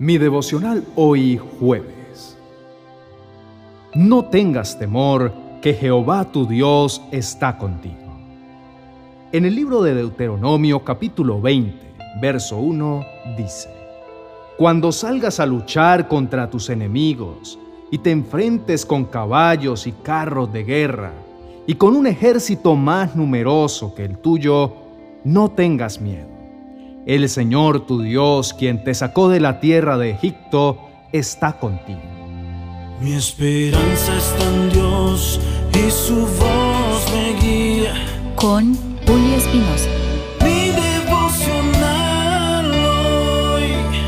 Mi devocional hoy jueves. No tengas temor, que Jehová tu Dios está contigo. En el libro de Deuteronomio capítulo 20, verso 1, dice: Cuando salgas a luchar contra tus enemigos y te enfrentes con caballos y carros de guerra y con un ejército más numeroso que el tuyo, no tengas miedo. El Señor tu Dios, quien te sacó de la tierra de Egipto, está contigo. Mi esperanza está en Dios y su voz me guía. Con Julio Espinosa. Mi devocional hoy.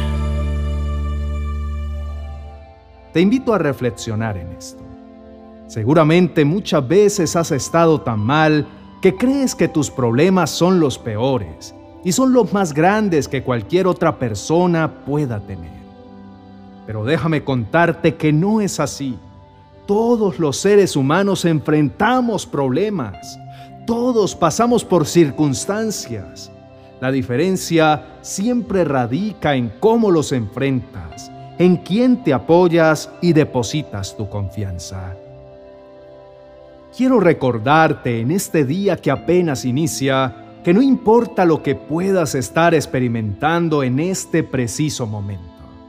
Te invito a reflexionar en esto. Seguramente muchas veces has estado tan mal que crees que tus problemas son los peores y son los más grandes que cualquier otra persona pueda tener. Pero déjame contarte que no es así. Todos los seres humanos enfrentamos problemas. Todos pasamos por circunstancias. La diferencia siempre radica en cómo los enfrentas, en quién te apoyas y depositas tu confianza. Quiero recordarte en este día que apenas inicia que no importa lo que puedas estar experimentando en este preciso momento.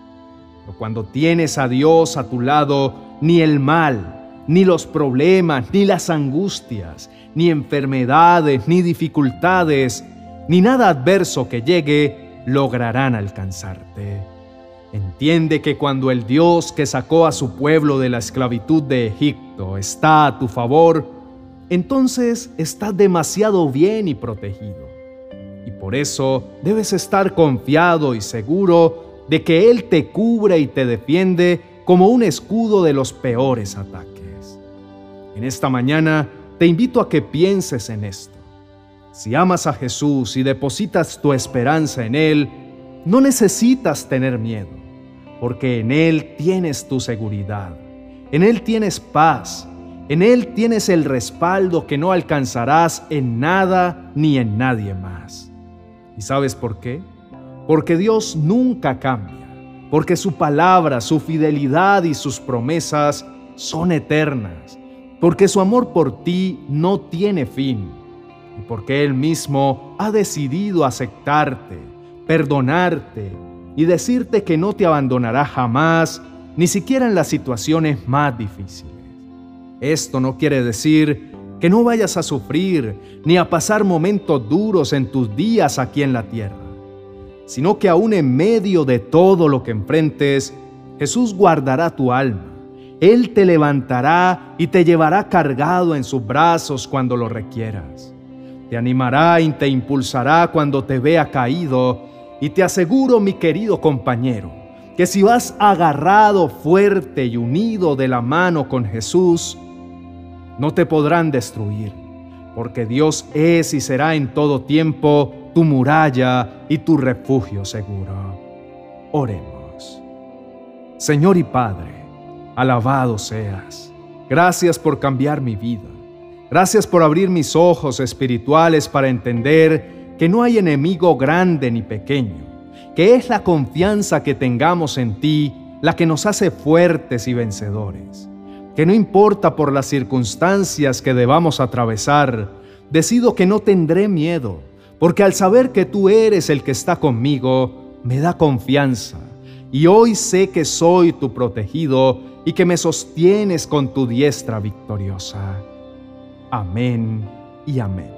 Pero cuando tienes a Dios a tu lado, ni el mal, ni los problemas, ni las angustias, ni enfermedades, ni dificultades, ni nada adverso que llegue, lograrán alcanzarte. Entiende que cuando el Dios que sacó a su pueblo de la esclavitud de Egipto está a tu favor, entonces estás demasiado bien y protegido. Y por eso debes estar confiado y seguro de que Él te cubre y te defiende como un escudo de los peores ataques. En esta mañana te invito a que pienses en esto. Si amas a Jesús y depositas tu esperanza en Él, no necesitas tener miedo, porque en Él tienes tu seguridad, en Él tienes paz, en Él tienes el respaldo que no alcanzarás en nada ni en nadie más. ¿Y sabes por qué? Porque Dios nunca cambia, porque su palabra, su fidelidad y sus promesas son eternas, porque su amor por ti no tiene fin, y porque Él mismo ha decidido aceptarte, perdonarte y decirte que no te abandonará jamás, ni siquiera en las situaciones más difíciles. Esto no quiere decir que no vayas a sufrir ni a pasar momentos duros en tus días aquí en la tierra, sino que aún en medio de todo lo que enfrentes, Jesús guardará tu alma. Él te levantará y te llevará cargado en sus brazos cuando lo requieras. Te animará y te impulsará cuando te vea caído. Y te aseguro, mi querido compañero, que si vas agarrado fuerte y unido de la mano con Jesús, no te podrán destruir, porque Dios es y será en todo tiempo tu muralla y tu refugio seguro. Oremos. Señor y Padre, alabado seas. Gracias por cambiar mi vida. Gracias por abrir mis ojos espirituales para entender que no hay enemigo grande ni pequeño, que es la confianza que tengamos en ti la que nos hace fuertes y vencedores. Que no importa por las circunstancias que debamos atravesar, decido que no tendré miedo, porque al saber que tú eres el que está conmigo, me da confianza. Y hoy sé que soy tu protegido y que me sostienes con tu diestra victoriosa. Amén y amén.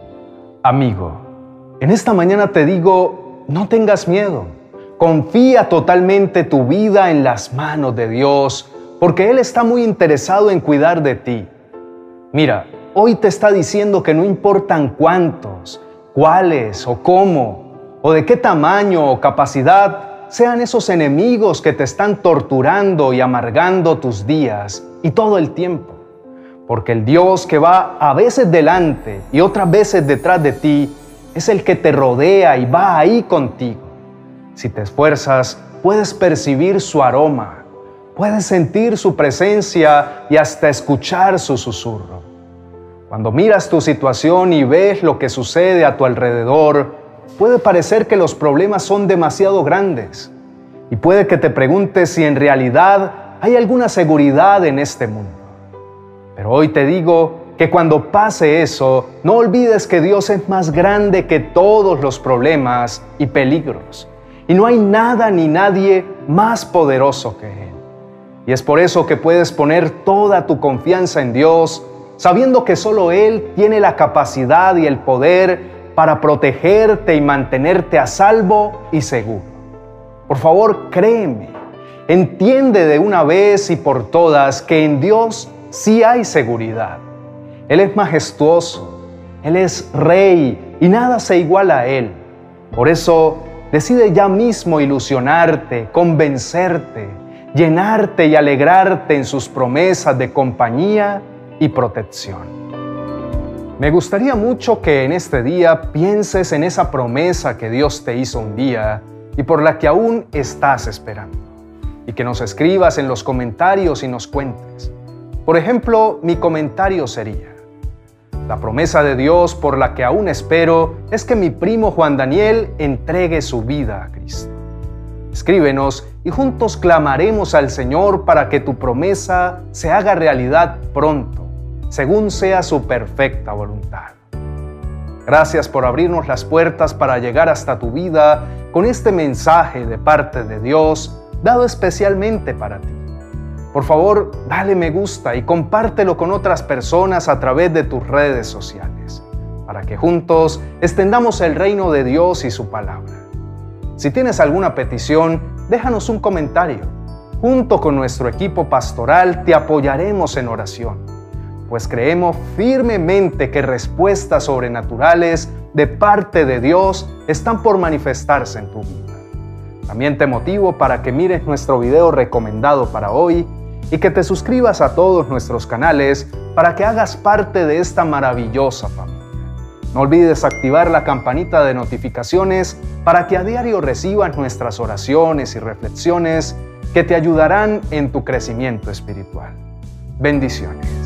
Amigo, en esta mañana te digo, no tengas miedo. Confía totalmente tu vida en las manos de Dios, porque Él está muy interesado en cuidar de ti. Mira, hoy te está diciendo que no importan cuántos, cuáles o cómo, o de qué tamaño o capacidad sean esos enemigos que te están torturando y amargando tus días y todo el tiempo. Porque el Dios que va a veces delante y otras veces detrás de ti es el que te rodea y va ahí contigo. Si te esfuerzas, puedes percibir su aroma, puedes sentir su presencia y hasta escuchar su susurro. Cuando miras tu situación y ves lo que sucede a tu alrededor, puede parecer que los problemas son demasiado grandes. Y puede que te preguntes si en realidad hay alguna seguridad en este mundo. Pero hoy te digo que cuando pase eso, no olvides que Dios es más grande que todos los problemas y peligros. Y no hay nada ni nadie más poderoso que Él. Y es por eso que puedes poner toda tu confianza en Dios, sabiendo que solo Él tiene la capacidad y el poder para protegerte y mantenerte a salvo y seguro. Por favor, créeme, entiende de una vez y por todas que en Dios sí hay seguridad. Él es majestuoso, Él es Rey y nada se iguala a Él. Por eso, decide ya mismo ilusionarte, convencerte, llenarte y alegrarte en sus promesas de compañía y protección. Me gustaría mucho que en este día pienses en esa promesa que Dios te hizo un día y por la que aún estás esperando, y que nos escribas en los comentarios y nos cuentes. Por ejemplo, mi comentario sería: la promesa de Dios por la que aún espero es que mi primo Juan Daniel entregue su vida a Cristo. Escríbenos y juntos clamaremos al Señor para que tu promesa se haga realidad pronto, según sea su perfecta voluntad. Gracias por abrirnos las puertas para llegar hasta tu vida con este mensaje de parte de Dios, dado especialmente para ti. Por favor, dale me gusta y compártelo con otras personas a través de tus redes sociales, para que juntos extendamos el reino de Dios y su palabra. Si tienes alguna petición, déjanos un comentario. Junto con nuestro equipo pastoral te apoyaremos en oración, pues creemos firmemente que respuestas sobrenaturales de parte de Dios están por manifestarse en tu vida. También te motivo para que mires nuestro video recomendado para hoy y que te suscribas a todos nuestros canales para que hagas parte de esta maravillosa familia. No olvides activar la campanita de notificaciones para que a diario recibas nuestras oraciones y reflexiones que te ayudarán en tu crecimiento espiritual. Bendiciones.